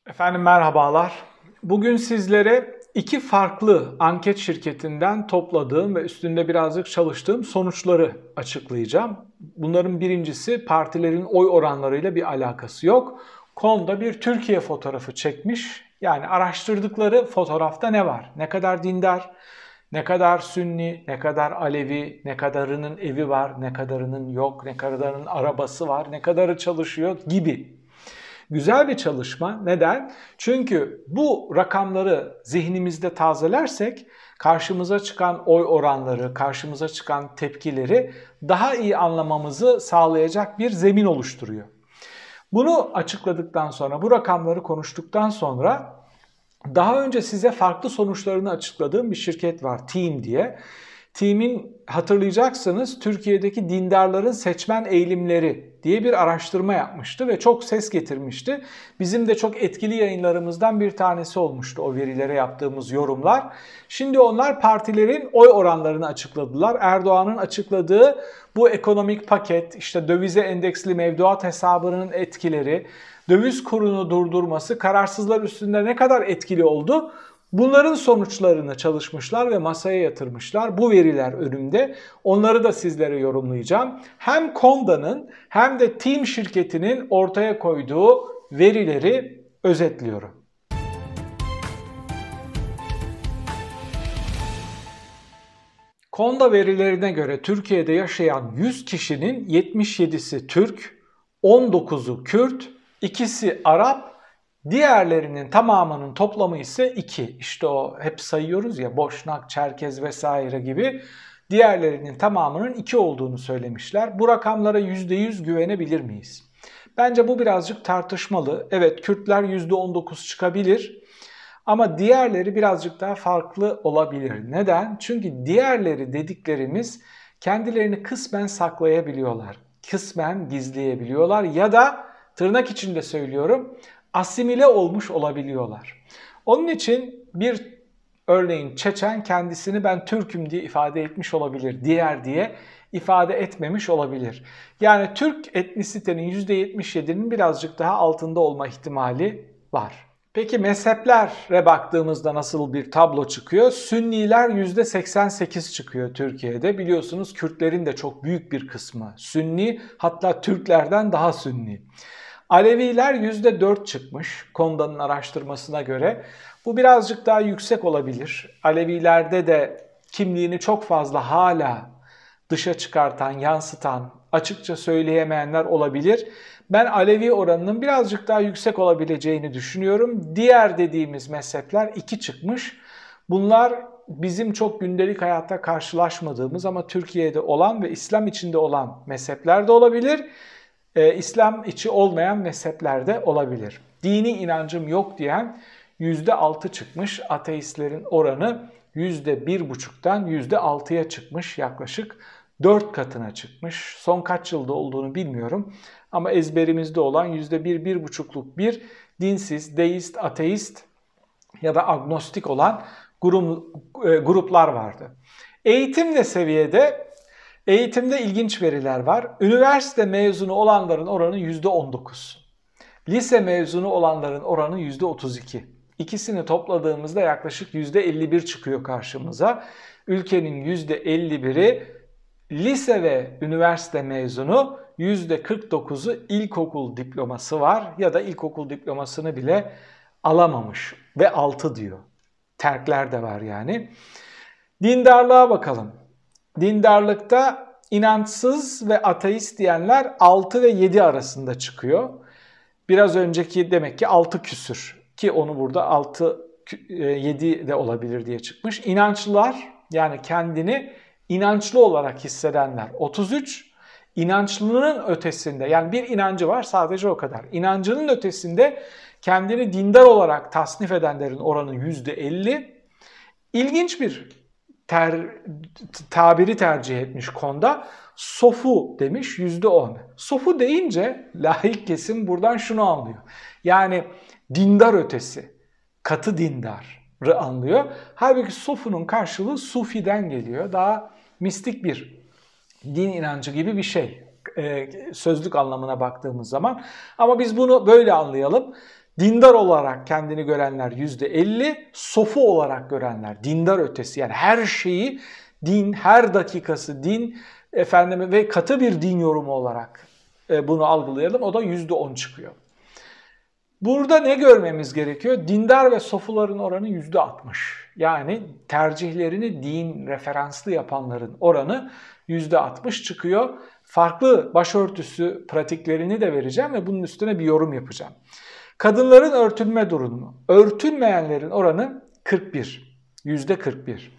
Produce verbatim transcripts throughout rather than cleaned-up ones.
Efendim merhabalar. Bugün sizlere iki farklı anket şirketinden topladığım ve üstünde birazcık çalıştığım sonuçları açıklayacağım. Bunların birincisi partilerin oy oranlarıyla bir alakası yok. Konda bir Türkiye fotoğrafı çekmiş. Yani araştırdıkları fotoğrafta ne var? Ne kadar dindar, ne kadar Sünni, ne kadar Alevi, ne kadarının evi var, ne kadarının yok, ne kadarının arabası var, ne kadarı çalışıyor gibi. Güzel bir çalışma. Neden? Çünkü bu rakamları zihnimizde tazelersek karşımıza çıkan oy oranları, karşımıza çıkan tepkileri daha iyi anlamamızı sağlayacak bir zemin oluşturuyor. Bunu açıkladıktan sonra, bu rakamları konuştuktan sonra daha önce size farklı sonuçlarını açıkladığım bir şirket var, Team diye. Team'in hatırlayacaksınız Türkiye'deki dindarların seçmen eğilimleri diye bir araştırma yapmıştı ve çok ses getirmişti. Bizim de çok etkili yayınlarımızdan bir tanesi olmuştu o verilere yaptığımız yorumlar. Şimdi onlar partilerin oy oranlarını açıkladılar. Erdoğan'ın açıkladığı bu ekonomik paket, işte dövize endeksli mevduat hesabının etkileri, döviz kurunu durdurması kararsızlar üstünde ne kadar etkili oldu? Bunların sonuçlarını çalışmışlar ve masaya yatırmışlar. Bu veriler önümde. Onları da sizlere yorumlayacağım. Hem Konda'nın hem de Team şirketinin ortaya koyduğu verileri özetliyorum. Konda verilerine göre Türkiye'de yaşayan yüz kişinin yetmiş yedisi Türk, on dokuzu Kürt, ikisi Arap, diğerlerinin tamamının toplamı ise iki. İşte o hep sayıyoruz ya Boşnak, Çerkez vesaire gibi diğerlerinin tamamının iki olduğunu söylemişler. Bu rakamlara yüzde yüz güvenebilir miyiz? Bence bu birazcık tartışmalı. Evet, Kürtler yüzde on dokuz çıkabilir ama diğerleri birazcık daha farklı olabilir. Neden? Çünkü diğerleri dediklerimiz kendilerini kısmen saklayabiliyorlar. Kısmen gizleyebiliyorlar ya da tırnak içinde söylüyorum asimile olmuş olabiliyorlar. Onun için bir örneğin Çeçen kendisini ben Türk'üm diye ifade etmiş olabilir, diğer diye ifade etmemiş olabilir. Yani Türk etnisitenin yüzde yetmiş yedinin birazcık daha altında olma ihtimali var. Peki mezheplere baktığımızda nasıl bir tablo çıkıyor? Sünniler yüzde seksen sekiz çıkıyor Türkiye'de. Biliyorsunuz Kürtlerin de çok büyük bir kısmı Sünni, hatta Türklerden daha Sünni. Aleviler yüzde dört çıkmış Konda'nın araştırmasına göre. Bu birazcık daha yüksek olabilir. Alevilerde de kimliğini çok fazla hala dışa çıkartan, yansıtan, açıkça söyleyemeyenler olabilir. Ben Alevi oranının birazcık daha yüksek olabileceğini düşünüyorum. Diğer dediğimiz mezhepler iki çıkmış. Bunlar bizim çok gündelik hayatta karşılaşmadığımız ama Türkiye'de olan ve İslam içinde olan mezhepler de olabilir. Ee, İslam içi olmayan mezheplerde olabilir. Dini inancım yok diyen yüzde altı çıkmış. Ateistlerin oranı yüzde bir buçuktan yüzde altıya çıkmış. Yaklaşık dört katına çıkmış. Son kaç yılda olduğunu bilmiyorum. Ama ezberimizde olan yüzde bir, bir buçukluk bir dinsiz, deist, ateist ya da agnostik olan grup, e, gruplar vardı. Eğitim ne seviyede? Eğitimde ilginç veriler var. Üniversite mezunu olanların oranı yüzde on dokuz. Lise mezunu olanların oranı yüzde otuz iki. İkisini topladığımızda yaklaşık yüzde elli bir çıkıyor karşımıza. Ülkenin yüzde elli biri lise ve üniversite mezunu, yüzde kırk dokuzu ilkokul diploması var ya da ilkokul diplomasını bile alamamış ve altı diyor. Terkler de var yani. Dindarlığa bakalım. Dindarlıkta inançsız ve ateist diyenler altı ve yedi arasında çıkıyor. Biraz önceki demek ki altı küsür ki onu burada altı yedi de olabilir diye çıkmış. İnançlılar yani kendini inançlı olarak hissedenler otuz üç, inançlının ötesinde yani bir inancı var sadece o kadar. İnancının ötesinde kendini dindar olarak tasnif edenlerin oranı yüzde elli. İlginç bir ter, tabiri tercih etmiş Konda. Sofu demiş yüzde on. Sofu deyince laik kesim buradan şunu anlıyor. Yani dindar ötesi, katı dindarı anlıyor. Halbuki sofunun karşılığı sufiden geliyor. Daha mistik bir din inancı gibi bir şey. Sözlük anlamına baktığımız zaman. Ama biz bunu böyle anlayalım. Dindar olarak kendini görenler yüzde elli, sofu olarak görenler, dindar ötesi yani her şeyi din, her dakikası din efendim ve katı bir din yorumu olarak bunu algılayalım. O da yüzde on çıkıyor. Burada ne görmemiz gerekiyor? Dindar ve sofuların oranı yüzde altmış. Yani tercihlerini din referanslı yapanların oranı yüzde altmış çıkıyor. Farklı başörtüsü pratiklerini de vereceğim ve bunun üstüne bir yorum yapacağım. Kadınların örtünme durumu. Örtünmeyenlerin oranı kırk bir. yüzde kırk bir.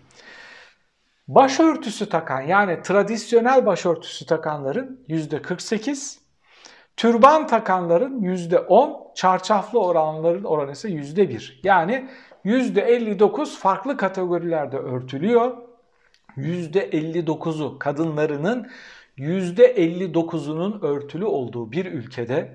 Başörtüsü takan yani tradisyonel başörtüsü takanların yüzde kırk sekiz. Türban takanların yüzde on, çarşaflı olanların oranı ise yüzde bir. Yani yüzde elli dokuz farklı kategorilerde örtülüyor. yüzde elli dokuzu kadınlarının yüzde elli dokuzunun örtülü olduğu bir ülkede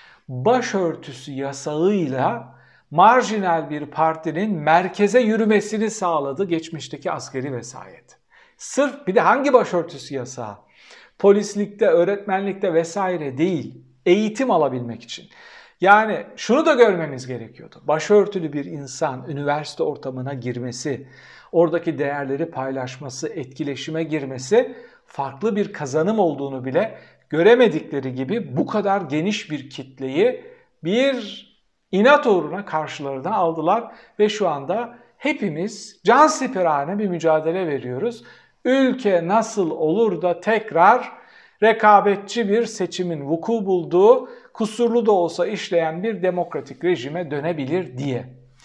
başörtüsü yasağıyla marjinal bir partinin merkeze yürümesini sağladı geçmişteki askeri vesayet. Sırf bir de hangi başörtüsü yasağı? Polislikte, öğretmenlikte vesaire değil, eğitim alabilmek için. Yani şunu da görmemiz gerekiyordu. Başörtülü bir insan üniversite ortamına girmesi, oradaki değerleri paylaşması, etkileşime girmesi farklı bir kazanım olduğunu bile göremedikleri gibi bu kadar geniş bir kitleyi bir inat uğruna karşılarına aldılar ve şu anda hepimiz cansiperane bir mücadele veriyoruz. Ülke nasıl olur da tekrar rekabetçi bir seçimin vuku bulduğu, kusurlu da olsa işleyen bir demokratik rejime dönebilir diye.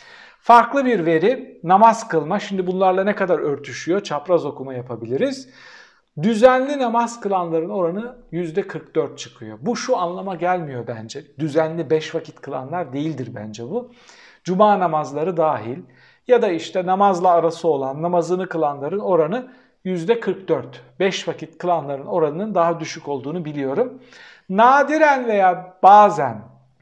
Farklı bir veri, namaz kılma. Şimdi bunlarla ne kadar örtüşüyor? Çapraz okuma yapabiliriz. Düzenli namaz kılanların oranı yüzde kırk dört çıkıyor. Bu şu anlama gelmiyor bence. Düzenli beş vakit kılanlar değildir bence bu. Cuma namazları dahil ya da işte namazla arası olan namazını kılanların oranı yüzde kırk dört. beş vakit kılanların oranının daha düşük olduğunu biliyorum. Nadiren veya bazen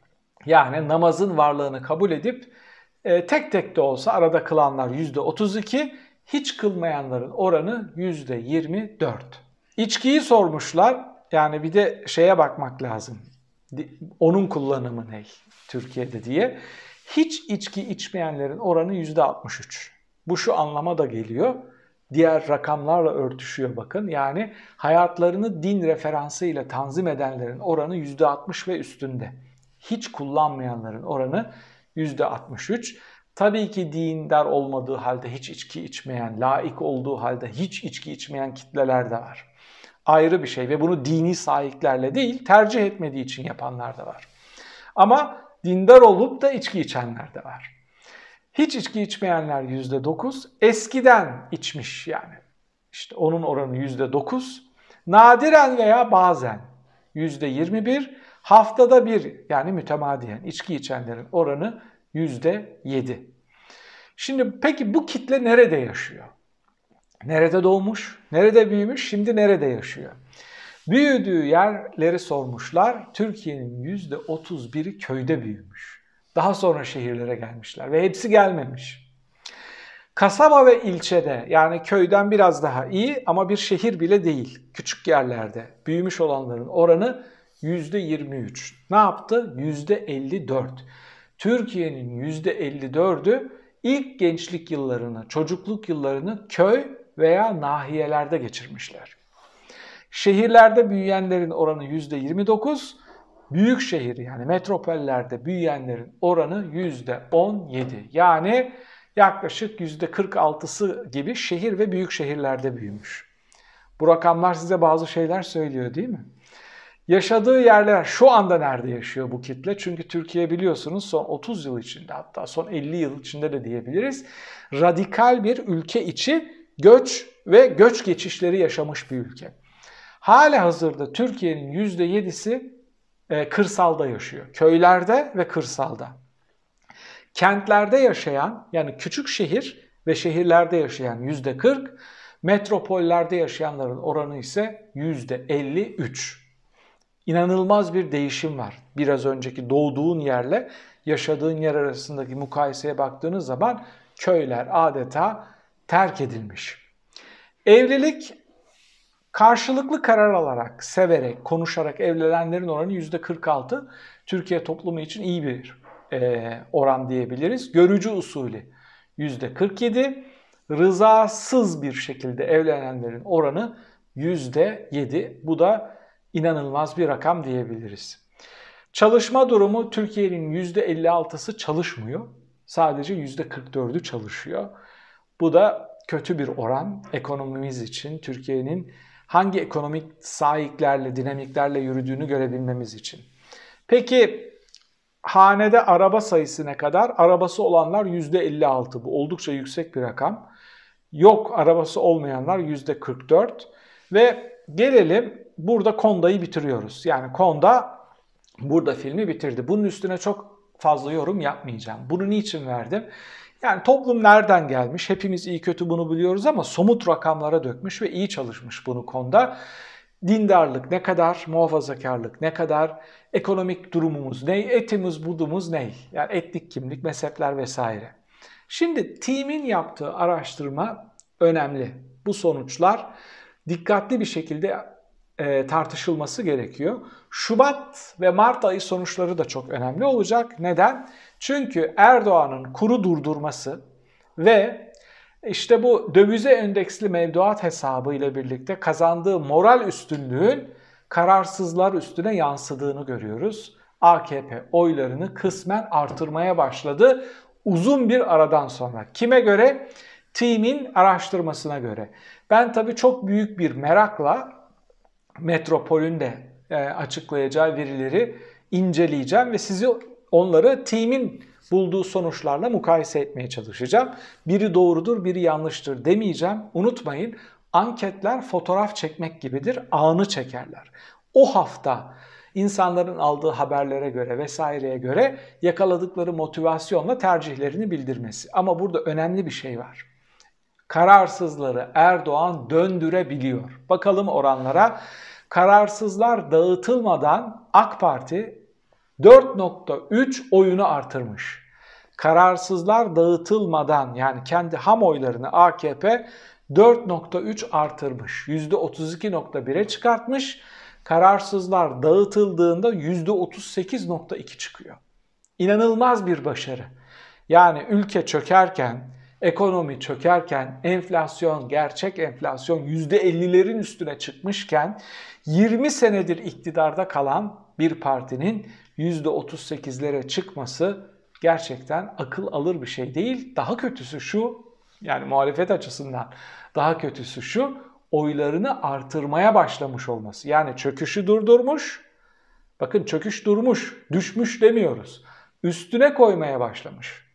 yani namazın varlığını kabul edip e, tek tek de olsa arada kılanlar yüzde otuz iki, hiç kılmayanların oranı yüzde yirmi dört. İçkiyi sormuşlar. Yani bir de şeye bakmak lazım. Onun kullanımı ne Türkiye'de diye. Hiç içki içmeyenlerin oranı yüzde altmış üç. Bu şu anlama da geliyor. Diğer rakamlarla örtüşüyor bakın. Yani hayatlarını din referansıyla tanzim edenlerin oranı yüzde altmış ve üstünde. Hiç kullanmayanların oranı yüzde altmış üç. Tabii ki dindar olmadığı halde hiç içki içmeyen, laik olduğu halde hiç içki içmeyen kitleler de var. Ayrı bir şey ve bunu dini sahiplerle değil, tercih etmediği için yapanlar da var. Ama dindar olup da içki içenler de var. Hiç içki içmeyenler yüzde dokuz, eskiden içmiş yani. İşte onun oranı yüzde dokuz, nadiren veya bazen yüzde yirmi bir, haftada bir yani mütemadiyen içki içenlerin oranı yüzde yedi. Şimdi peki bu kitle nerede yaşıyor? Nerede doğmuş, nerede büyümüş, şimdi nerede yaşıyor? Büyüdüğü yerleri sormuşlar. Türkiye'nin yüzde otuz biri köyde büyümüş. Daha sonra şehirlere gelmişler ve hepsi gelmemiş. Kasaba ve ilçede yani köyden biraz daha iyi ama bir şehir bile değil. Küçük yerlerde büyümüş olanların oranı yüzde yirmi üç. Ne yaptı? yüzde elli dört. Türkiye'nin yüzde elli dördü ilk gençlik yıllarını, çocukluk yıllarını köy veya nahiyelerde geçirmişler. Şehirlerde büyüyenlerin oranı yüzde yirmi dokuz, büyük şehir yani metropollerde büyüyenlerin oranı yüzde on yedi. Yani yaklaşık yüzde kırk altısı gibi şehir ve büyük şehirlerde büyümüş. Bu rakamlar size bazı şeyler söylüyor değil mi? Yaşadığı yerler şu anda nerede yaşıyor bu kitle? Çünkü Türkiye biliyorsunuz son otuz yıl içinde hatta son elli yıl içinde de diyebiliriz radikal bir ülke içi göç ve göç geçişleri yaşamış bir ülke. Halihazırda Türkiye'nin yüzde yedisi e, kırsalda yaşıyor. Köylerde ve kırsalda. Kentlerde yaşayan yani küçük şehir ve şehirlerde yaşayan yüzde kırk, metropollerde yaşayanların oranı ise yüzde elli üç. İnanılmaz bir değişim var. Biraz önceki doğduğun yerle yaşadığın yer arasındaki mukayeseye baktığınız zaman köyler adeta terk edilmiş. Evlilik karşılıklı karar alarak, severek, konuşarak evlenenlerin oranı yüzde kırk altı. Türkiye toplumu için iyi bir e, oran diyebiliriz. Görücü usulü yüzde kırk yedi. Rızasız bir şekilde evlenenlerin oranı yüzde yedi. Bu da inanılmaz bir rakam diyebiliriz. Çalışma durumu Türkiye'nin yüzde elli altısı çalışmıyor. Sadece yüzde kırk dördü çalışıyor. Bu da kötü bir oran ekonomimiz için, Türkiye'nin hangi ekonomik sahiplerle, dinamiklerle yürüdüğünü görebilmemiz için. Peki hanede araba sayısı ne kadar? Arabası olanlar yüzde elli altı. Bu oldukça yüksek bir rakam. Yok arabası olmayanlar yüzde kırk dört. Ve gelelim burada Konda'yı bitiriyoruz. Yani Konda burada filmi bitirdi. Bunun üstüne çok fazla yorum yapmayacağım. Bunu niçin verdim? Yani toplum nereden gelmiş? Hepimiz iyi kötü bunu biliyoruz ama somut rakamlara dökmüş ve iyi çalışmış bunu Konda. Dindarlık ne kadar, muhafazakarlık ne kadar, ekonomik durumumuz ne, etimiz budumuz ne? Yani etnik kimlik, mezhepler vesaire. Şimdi Team'in yaptığı araştırma önemli. Bu sonuçlar dikkatli bir şekilde e, tartışılması gerekiyor. Şubat ve Mart ayı sonuçları da çok önemli olacak. Neden? Çünkü Erdoğan'ın kuru durdurması ve işte bu dövize endeksli mevduat hesabı ile birlikte kazandığı moral üstünlüğün kararsızlar üstüne yansıdığını görüyoruz. A K P oylarını kısmen artırmaya başladı uzun bir aradan sonra. Kime göre? Team'in araştırmasına göre. Ben tabii çok büyük bir merakla Metropol'ün de açıklayacağı verileri inceleyeceğim ve sizi onları Team'in bulduğu sonuçlarla mukayese etmeye çalışacağım. Biri doğrudur, biri yanlıştır demeyeceğim. Unutmayın, anketler fotoğraf çekmek gibidir, anı çekerler. O hafta insanların aldığı haberlere göre vesaireye göre yakaladıkları motivasyonla tercihlerini bildirmesi. Ama burada önemli bir şey var. Kararsızları Erdoğan döndürebiliyor. Bakalım oranlara. Kararsızlar dağıtılmadan AK Parti dört nokta üç oyunu artırmış. Kararsızlar dağıtılmadan yani kendi ham oylarını A K P dört nokta üç artırmış. yüzde otuz iki nokta bire çıkartmış. Kararsızlar dağıtıldığında yüzde otuz sekiz nokta iki çıkıyor. İnanılmaz bir başarı. Yani ülke çökerken, ekonomi çökerken, enflasyon, gerçek enflasyon yüzde ellilerin üstüne çıkmışken yirmi senedir iktidarda kalan bir partinin yüzde otuz sekizlere çıkması gerçekten akıl alır bir şey değil. Daha kötüsü şu, yani muhalefet açısından daha kötüsü şu, oylarını artırmaya başlamış olması. Yani çöküşü durdurmuş, bakın çöküş durmuş, düşmüş demiyoruz. Üstüne koymaya başlamış.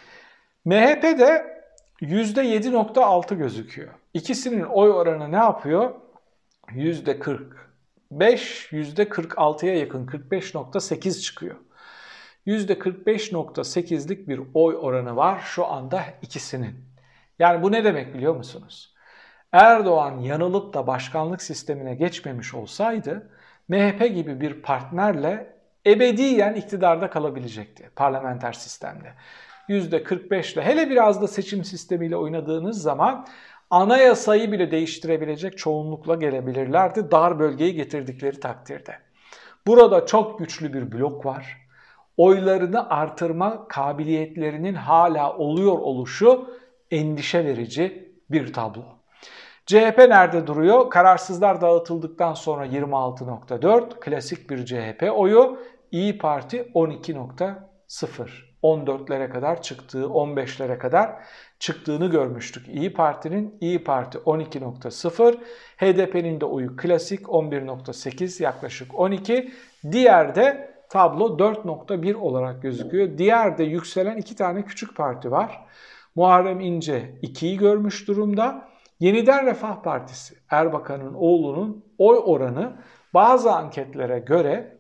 M H P de yüzde yedi nokta altı gözüküyor. İkisinin oy oranı ne yapıyor? yüzde kırk beş, yüzde kırk altıya yakın kırk beş nokta sekiz çıkıyor. yüzde kırk beş nokta sekizlik bir oy oranı var şu anda ikisinin. Yani bu ne demek biliyor musunuz? Erdoğan yanılıp da başkanlık sistemine geçmemiş olsaydı M H P gibi bir partnerle ebediyen iktidarda kalabilecekti parlamenter sistemde. yüzde kırk beş ile hele biraz da seçim sistemiyle oynadığınız zaman anayasayı bile değiştirebilecek çoğunlukla gelebilirlerdi dar bölgeyi getirdikleri takdirde. Burada çok güçlü bir blok var. Oylarını artırma kabiliyetlerinin hala oluyor oluşu endişe verici bir tablo. C H P nerede duruyor? Kararsızlar dağıtıldıktan sonra yirmi altı nokta dört, klasik bir C H P oyu. İyi Parti on iki nokta sıfır, on dörtlere kadar çıktığı, on beşlere kadar çıktığını görmüştük. İyi Parti'nin İyi Parti on iki nokta sıfır, H D P'nin de oyu klasik on bir nokta sekiz, yaklaşık on iki. Diğer de tablo dört nokta bir olarak gözüküyor. Diğer de yükselen iki tane küçük parti var. Muharrem İnce ikiyi görmüş durumda. Yeniden Refah Partisi, Erbakan'ın oğlunun oy oranı bazı anketlere göre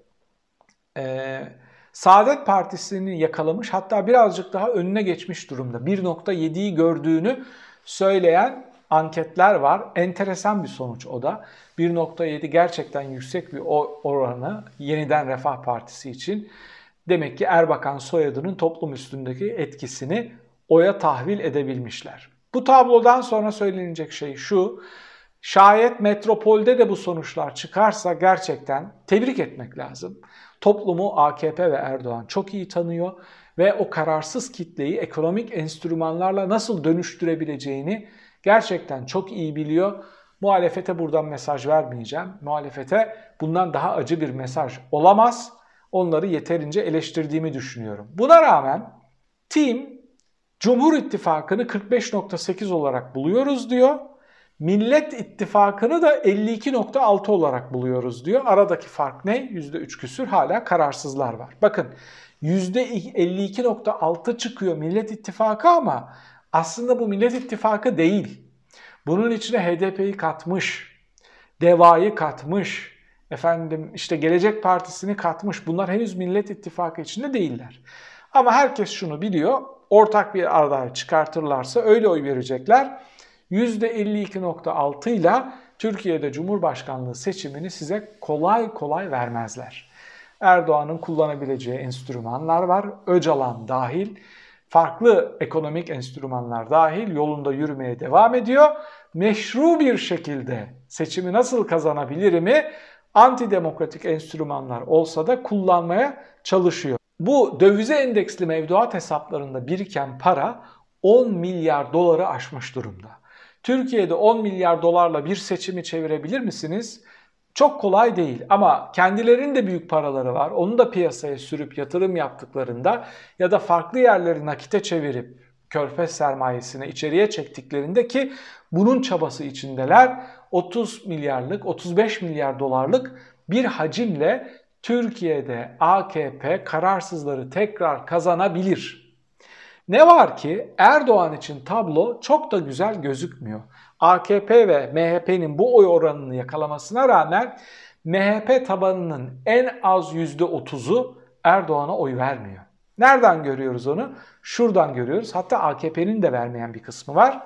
e, Saadet Partisi'ni yakalamış, hatta birazcık daha önüne geçmiş durumda. bir nokta yediyi gördüğünü söyleyen anketler var. Enteresan bir sonuç o da. bir nokta yedi gerçekten yüksek bir oy oranı Yeniden Refah Partisi için. Demek ki Erbakan soyadının toplum üstündeki etkisini oya tahvil edebilmişler. Bu tablodan sonra söylenecek şey şu: şayet Metropol'de de bu sonuçlar çıkarsa gerçekten tebrik etmek lazım. Toplumu A K P ve Erdoğan çok iyi tanıyor ve o kararsız kitleyi ekonomik enstrümanlarla nasıl dönüştürebileceğini gerçekten çok iyi biliyor. Muhalefete buradan mesaj vermeyeceğim. Muhalefete bundan daha acı bir mesaj olamaz. Onları yeterince eleştirdiğimi düşünüyorum. Buna rağmen Team Cumhur İttifakı'nı kırk beş nokta sekiz olarak buluyoruz diyor. Millet İttifakı'nı da elli iki nokta altı olarak buluyoruz diyor. Aradaki fark ne? yüzde üç küsür hala kararsızlar var. Bakın yüzde elli iki nokta altı çıkıyor Millet İttifakı ama aslında bu Millet İttifakı değil. Bunun içine H D P'yi katmış, DEVA'yı katmış, efendim işte Gelecek Partisi'ni katmış. Bunlar henüz Millet İttifakı içinde değiller. Ama herkes şunu biliyor, ortak bir aday çıkartırlarsa öyle oy verecekler. yüzde elli iki nokta altı ile Türkiye'de Cumhurbaşkanlığı seçimini size kolay kolay vermezler. Erdoğan'ın kullanabileceği enstrümanlar var, Öcalan dahil. Farklı ekonomik enstrümanlar dahil yolunda yürümeye devam ediyor. Meşru bir şekilde seçimi nasıl kazanabilirimi antidemokratik enstrümanlar olsa da kullanmaya çalışıyor. Bu dövize endeksli mevduat hesaplarında biriken para on milyar doları aşmış durumda. Türkiye'de on milyar dolarla bir seçimi çevirebilir misiniz? Çok kolay değil ama kendilerinin de büyük paraları var. Onu da piyasaya sürüp yatırım yaptıklarında ya da farklı yerleri nakite çevirip körfez sermayesine içeriye çektiklerinde ki bunun çabası içindeler otuz milyarlık, otuz beş milyar dolarlık bir hacimle Türkiye'de A K P kararsızları tekrar kazanabilir. Ne var ki Erdoğan için tablo çok da güzel gözükmüyor. A K P ve M H P'nin bu oy oranını yakalamasına rağmen M H P tabanının en az yüzde otuzu Erdoğan'a oy vermiyor. Nereden görüyoruz onu? Şuradan görüyoruz. Hatta A K P'nin de vermeyen bir kısmı var.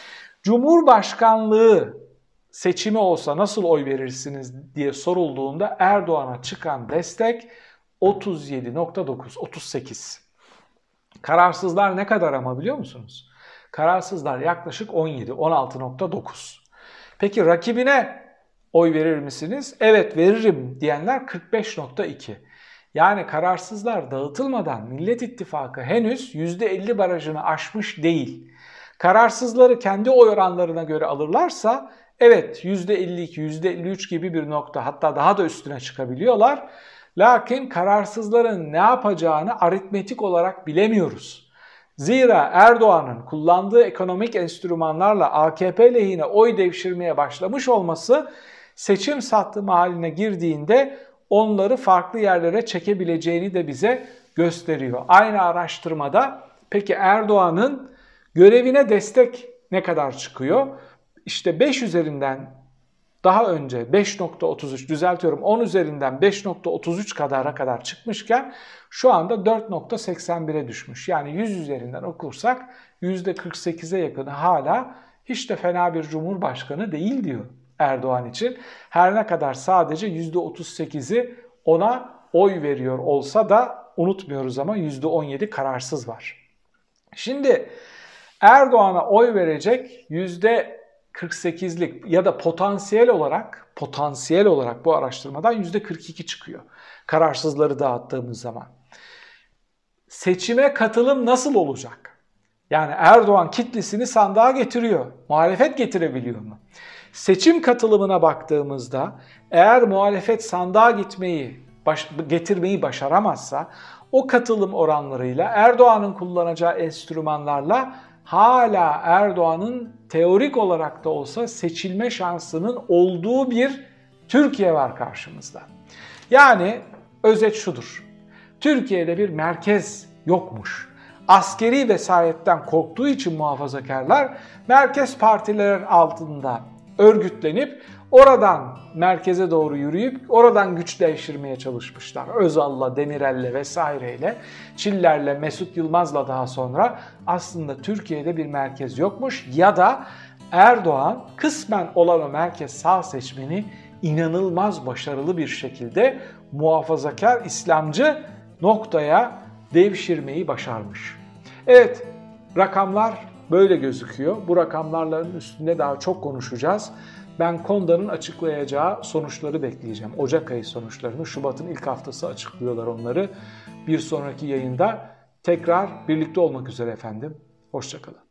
Cumhurbaşkanlığı seçimi olsa nasıl oy verirsiniz diye sorulduğunda Erdoğan'a çıkan destek otuz yedi nokta dokuz, otuz sekiz. Kararsızlar ne kadar ama biliyor musunuz? Kararsızlar yaklaşık on yedi, on altı nokta dokuz. Peki rakibine oy verir misiniz? Evet veririm diyenler kırk beş nokta iki. Yani kararsızlar dağıtılmadan Millet İttifakı henüz yüzde elli barajını aşmış değil. Kararsızları kendi oy oranlarına göre alırlarsa evet yüzde elli iki, yüzde elli üç gibi bir nokta hatta daha da üstüne çıkabiliyorlar. Lakin kararsızların ne yapacağını aritmetik olarak bilemiyoruz. Zira Erdoğan'ın kullandığı ekonomik enstrümanlarla A K P lehine oy devşirmeye başlamış olması seçim sattımı haline girdiğinde onları farklı yerlere çekebileceğini de bize gösteriyor. Aynı araştırmada peki Erdoğan'ın görevine destek ne kadar çıkıyor? İşte beş üzerinden daha önce beş nokta otuz üç düzeltiyorum on üzerinden beş nokta otuz üç kadara kadar çıkmışken şu anda dört nokta seksen bire düşmüş. Yani yüz üzerinden okursak yüzde kırk sekize yakını hala hiç de fena bir cumhurbaşkanı değil diyor Erdoğan için. Her ne kadar sadece yüzde otuz sekizi ona oy veriyor olsa da unutmuyoruz ama yüzde on yedi kararsız var. Şimdi Erdoğan'a oy verecek yüzde kırk sekizlik ya da potansiyel olarak potansiyel olarak bu araştırmadan yüzde kırk iki çıkıyor. Kararsızları dağıttığımız zaman. Seçime katılım nasıl olacak? Yani Erdoğan kitlesini sandığa getiriyor. Muhalefet getirebiliyor mu? Seçim katılımına baktığımızda eğer muhalefet sandığa gitmeyi, baş, getirmeyi başaramazsa o katılım oranlarıyla Erdoğan'ın kullanacağı enstrümanlarla hala Erdoğan'ın teorik olarak da olsa seçilme şansının olduğu bir Türkiye var karşımızda. Yani özet şudur. Türkiye'de bir merkez yokmuş. Askeri vesayetten korktuğu için muhafazakarlar merkez partiler altında örgütlenip oradan merkeze doğru yürüyüp oradan güç devşirmeye çalışmışlar. Özal'la, Demirel'le vesaireyle, Çiller'le, Mesut Yılmaz'la daha sonra aslında Türkiye'de bir merkez yokmuş ya da Erdoğan kısmen olan o merkez sağ seçmeni inanılmaz başarılı bir şekilde muhafazakar İslamcı noktaya devşirmeyi başarmış. Evet, rakamlar böyle gözüküyor. Bu rakamların üstünde daha çok konuşacağız. Ben KONDA'nın açıklayacağı sonuçları bekleyeceğim. Ocak ayı sonuçlarını, Şubat'ın ilk haftası açıklıyorlar onları. Bir sonraki yayında tekrar birlikte olmak üzere efendim. Hoşça kalın.